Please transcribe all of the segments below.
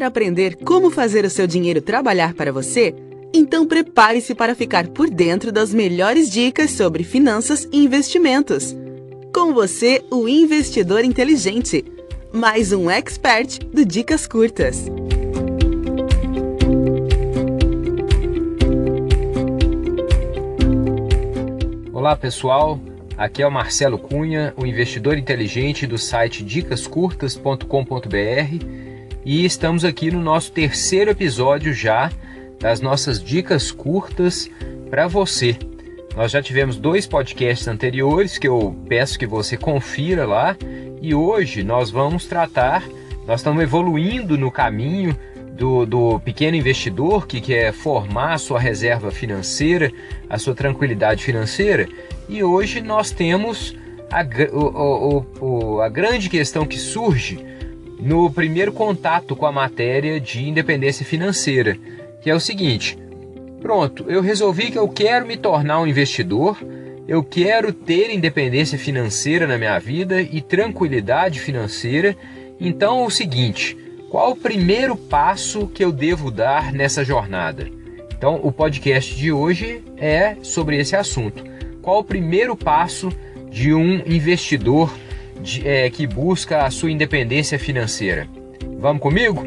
Quer aprender como fazer o seu dinheiro trabalhar para você? Então prepare-se para ficar por dentro das melhores dicas sobre finanças e investimentos. Com você, o Investidor Inteligente, mais um expert do Dicas Curtas. Olá pessoal, aqui é o Marcelo Cunha, o investidor inteligente do site dicascurtas.com.br e estamos aqui no nosso terceiro episódio já das nossas dicas curtas para você. Nós já tivemos 2 podcasts anteriores que eu peço que você confira lá e hoje nós estamos evoluindo no caminho do pequeno investidor que quer formar a sua reserva financeira, a sua tranquilidade financeira, e hoje nós temos a grande questão que surge no primeiro contato com a matéria de independência financeira, que é o seguinte: pronto, eu resolvi que eu quero me tornar um investidor, eu quero ter independência financeira na minha vida e tranquilidade financeira, então é o seguinte, qual o primeiro passo que eu devo dar nessa jornada? Então, o podcast de hoje é sobre esse assunto. Qual o primeiro passo de um investidor que busca a sua independência financeira? Vamos comigo?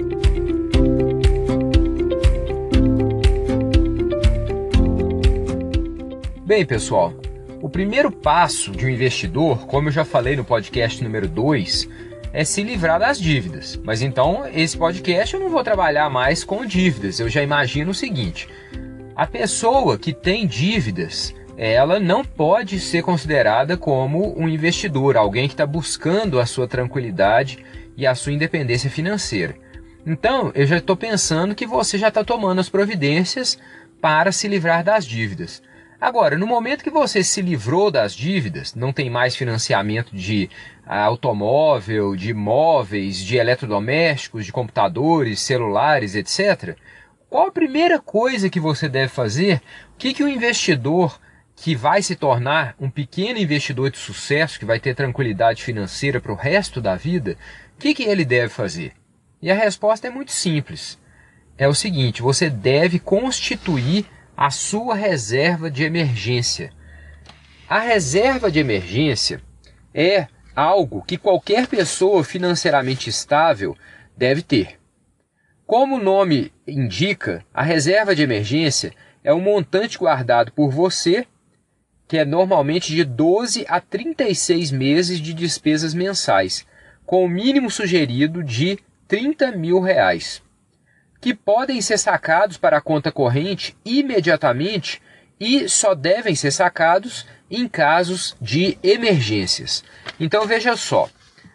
Bem, pessoal, o primeiro passo de um investidor, como eu já falei no podcast número 2, é se livrar das dívidas. Mas então, esse podcast eu não vou trabalhar mais com dívidas. Eu já imagino o seguinte: a pessoa que tem dívidas, ela não pode ser considerada como um investidor, alguém que está buscando a sua tranquilidade e a sua independência financeira. Então, eu já estou pensando que você já está tomando as providências para se livrar das dívidas. Agora, no momento que você se livrou das dívidas, não tem mais financiamento de automóvel, de imóveis, de eletrodomésticos, de computadores, celulares, etc., qual a primeira coisa que você deve fazer? O que o investidor que vai se tornar um pequeno investidor de sucesso, que vai ter tranquilidade financeira para o resto da vida, o que ele deve fazer? E a resposta é muito simples. É o seguinte: você deve constituir a sua reserva de emergência. A reserva de emergência é algo que qualquer pessoa financeiramente estável deve ter. Como o nome indica, a reserva de emergência é um montante guardado por você, que é normalmente de 12 a 36 meses de despesas mensais, com o mínimo sugerido de R$30 mil, que podem ser sacados para a conta corrente imediatamente e só devem ser sacados em casos de emergências. Então veja só,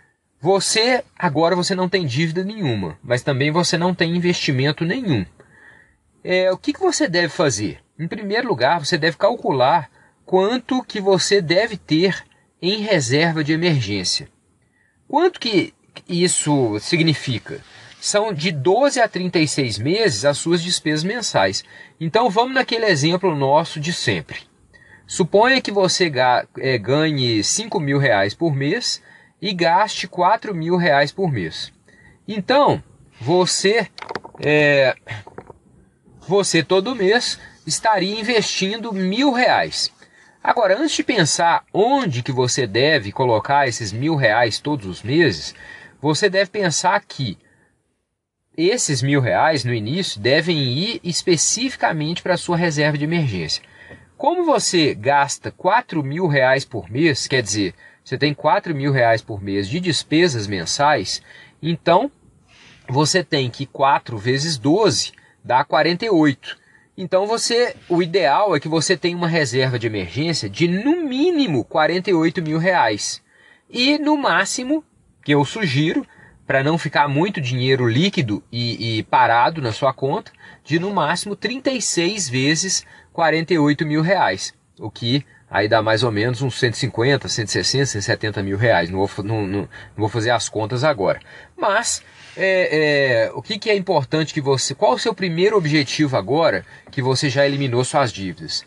agora você não tem dívida nenhuma, mas também você não tem investimento nenhum. O que você deve fazer? Em primeiro lugar, você deve calcular quanto que você deve ter em reserva de emergência. Quanto que isso significa? São de 12 a 36 meses as suas despesas mensais. Então vamos naquele exemplo nosso de sempre. Suponha que você ganhe R$5 mil por mês e gaste R$4 mil por mês. Então, você todo mês estaria investindo R$1.000. Agora, antes de pensar onde que você deve colocar esses R$1.000 todos os meses, você deve pensar que esses R$1.000 no início devem ir especificamente para a sua reserva de emergência. Como você gasta R$4 mil por mês, quer dizer, você tem R$4 mil por mês de despesas mensais, então você tem que 4 vezes 12 dá 48. Então o ideal é que você tenha uma reserva de emergência de no mínimo R$48 mil. E no máximo, que eu sugiro, para não ficar muito dinheiro líquido e parado na sua conta, de no máximo 36 vezes R$48 mil, o que aí dá mais ou menos uns 150, 160, 170 mil reais. Não vou fazer as contas agora. Mas o que é importante que você... Qual o seu primeiro objetivo agora que você já eliminou suas dívidas?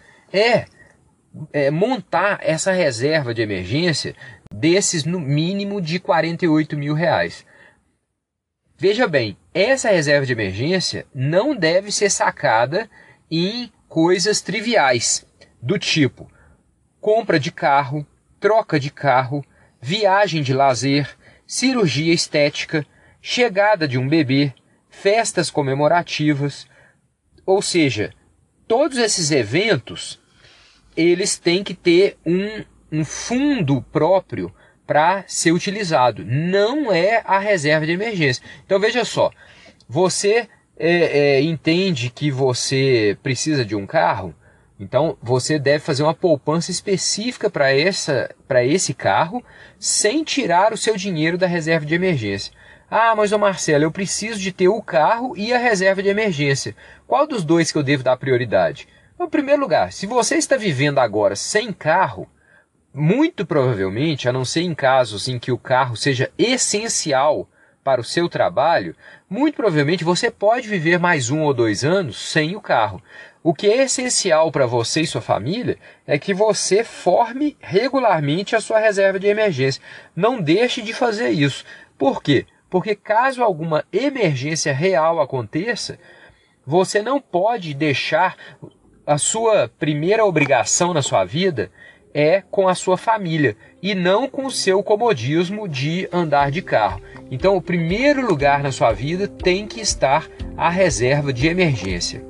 Montar essa reserva de emergência desses no mínimo de R$48 mil. Veja bem, essa reserva de emergência não deve ser sacada em coisas triviais, do tipo compra de carro, troca de carro, viagem de lazer, cirurgia estética, chegada de um bebê, festas comemorativas. Ou seja, todos esses eventos, eles têm que ter um fundo próprio para ser utilizado. Não é a reserva de emergência. Então veja só, você entende que você precisa de um carro? Então você deve fazer uma poupança específica para esse carro, sem tirar o seu dinheiro da reserva de emergência. Ah, mas ô Marcelo, eu preciso de ter o carro e a reserva de emergência. Qual dos dois que eu devo dar prioridade? Em primeiro lugar, se você está vivendo agora sem carro, muito provavelmente, a não ser em casos em que o carro seja essencial para o seu trabalho, muito provavelmente você pode viver mais 1 ou 2 anos sem o carro. O que é essencial para você e sua família é que você forme regularmente a sua reserva de emergência. Não deixe de fazer isso. Por quê? Porque caso alguma emergência real aconteça, você não pode deixar a sua primeira obrigação na sua vida com a sua família e não com o seu comodismo de andar de carro. Então, o primeiro lugar na sua vida tem que estar a reserva de emergência.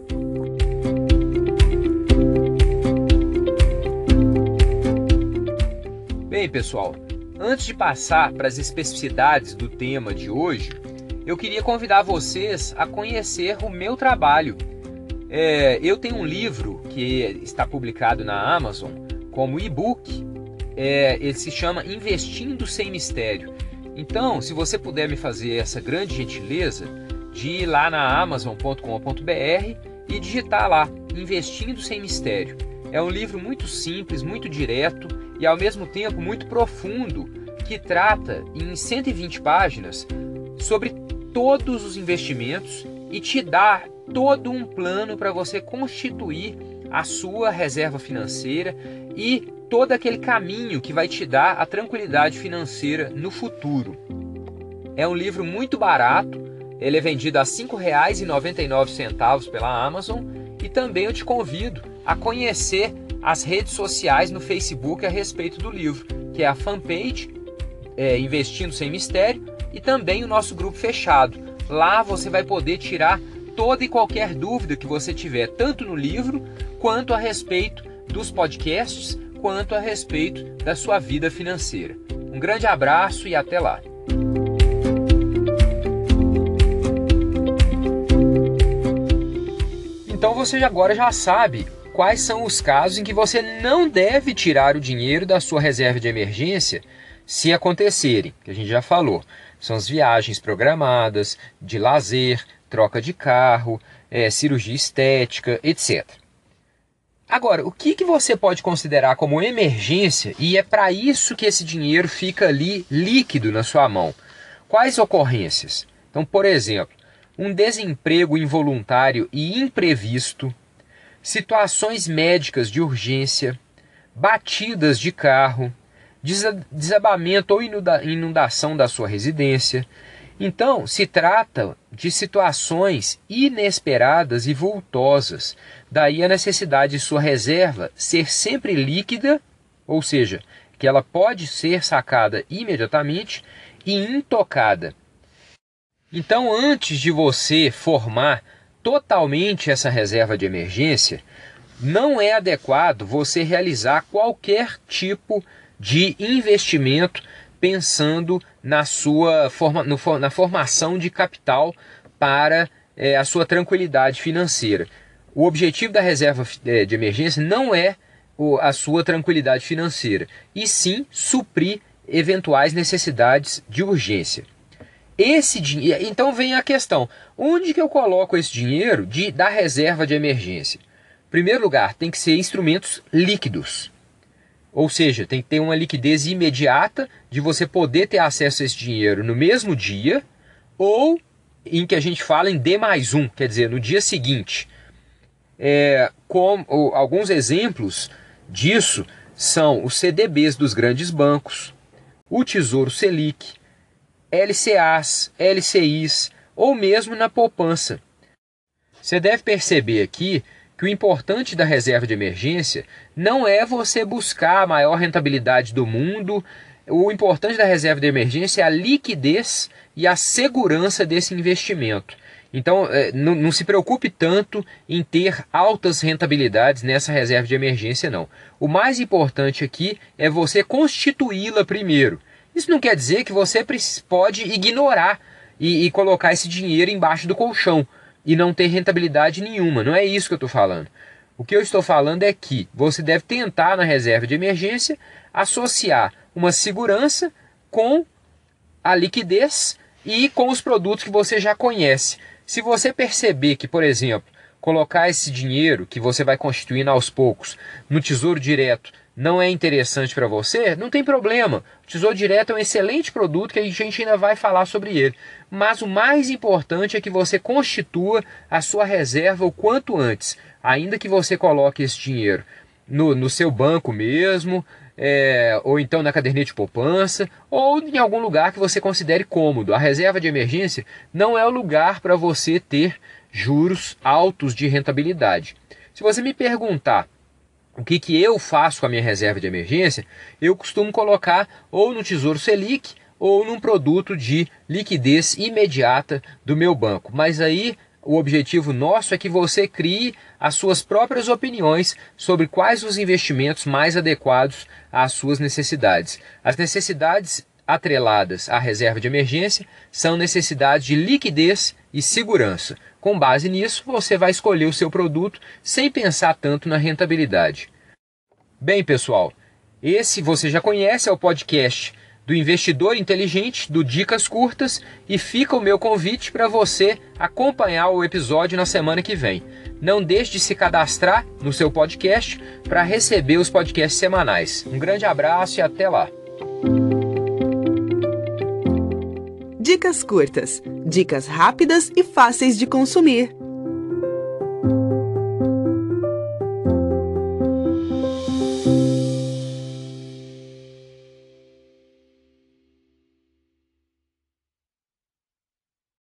Bem, pessoal, antes de passar para as especificidades do tema de hoje, eu queria convidar vocês a conhecer o meu trabalho. Eu tenho um livro que está publicado na Amazon como e-book. Ele se chama Investindo Sem Mistério. Então, se você puder me fazer essa grande gentileza de ir lá na amazon.com.br e digitar lá, Investindo Sem Mistério. É um livro muito simples, muito direto e ao mesmo tempo muito profundo, que trata em 120 páginas sobre todos os investimentos e te dá todo um plano para você constituir a sua reserva financeira e todo aquele caminho que vai te dar a tranquilidade financeira no futuro. É um livro muito barato, ele é vendido a R$ 5,99 pela Amazon e também eu te convido a conhecer as redes sociais no Facebook a respeito do livro, que é a fanpage Investindo Sem Mistério e também o nosso grupo fechado. Lá você vai poder tirar toda e qualquer dúvida que você tiver, tanto no livro, quanto a respeito dos podcasts, quanto a respeito da sua vida financeira. Um grande abraço e até lá! Então você agora já sabe quais são os casos em que você não deve tirar o dinheiro da sua reserva de emergência se acontecerem, que a gente já falou. São as viagens programadas, de lazer, troca de carro, cirurgia estética, etc. Agora, o que você pode considerar como emergência e é para isso que esse dinheiro fica ali líquido na sua mão? Quais ocorrências? Então, por exemplo, um desemprego involuntário e imprevisto, situações médicas de urgência, batidas de carro, desabamento ou inundação da sua residência. Então, se trata de situações inesperadas e vultosas. Daí a necessidade de sua reserva ser sempre líquida, ou seja, que ela pode ser sacada imediatamente e intocada. Então, antes de você formar totalmente essa reserva de emergência, não é adequado você realizar qualquer tipo de investimento pensando na formação de capital para a sua tranquilidade financeira. O objetivo da reserva de emergência não é a sua tranquilidade financeira, e sim suprir eventuais necessidades de urgência. Então vem a questão, onde que eu coloco esse dinheiro da reserva de emergência? Em primeiro lugar, tem que ser instrumentos líquidos. Ou seja, tem que ter uma liquidez imediata de você poder ter acesso a esse dinheiro no mesmo dia ou em que a gente fala em D+1, quer dizer, no dia seguinte. Alguns exemplos disso são os CDBs dos grandes bancos, o Tesouro Selic, LCAs, LCIs, ou mesmo na poupança. Você deve perceber aqui que o importante da reserva de emergência não é você buscar a maior rentabilidade do mundo. O importante da reserva de emergência é a liquidez e a segurança desse investimento. Então, não se preocupe tanto em ter altas rentabilidades nessa reserva de emergência, não. O mais importante aqui é você constituí-la primeiro. Isso não quer dizer que você pode ignorar e colocar esse dinheiro embaixo do colchão e não ter rentabilidade nenhuma. Não é isso que eu estou falando. O que eu estou falando é que você deve tentar, na reserva de emergência, associar uma segurança com a liquidez e com os produtos que você já conhece. Se você perceber que, por exemplo, colocar esse dinheiro que você vai constituindo aos poucos no Tesouro Direto não é interessante para você, não tem problema. O Tesouro Direto é um excelente produto que a gente ainda vai falar sobre ele. Mas o mais importante é que você constitua a sua reserva o quanto antes. Ainda que você coloque esse dinheiro no seu banco mesmo, ou então na caderneta de poupança, ou em algum lugar que você considere cômodo. A reserva de emergência não é o lugar para você ter juros altos de rentabilidade. Se você me perguntar o que eu faço com a minha reserva de emergência, eu costumo colocar ou no Tesouro Selic ou num produto de liquidez imediata do meu banco. Mas aí o objetivo nosso é que você crie as suas próprias opiniões sobre quais os investimentos mais adequados às suas necessidades. As necessidades atreladas à reserva de emergência são necessidades de liquidez e segurança. Com base nisso, você vai escolher o seu produto sem pensar tanto na rentabilidade. Bem, pessoal, esse você já conhece, é o podcast do Investidor Inteligente, do Dicas Curtas, e fica o meu convite para você acompanhar o episódio na semana que vem. Não deixe de se cadastrar no seu podcast para receber os podcasts semanais. Um grande abraço e até lá! Dicas curtas, dicas rápidas e fáceis de consumir.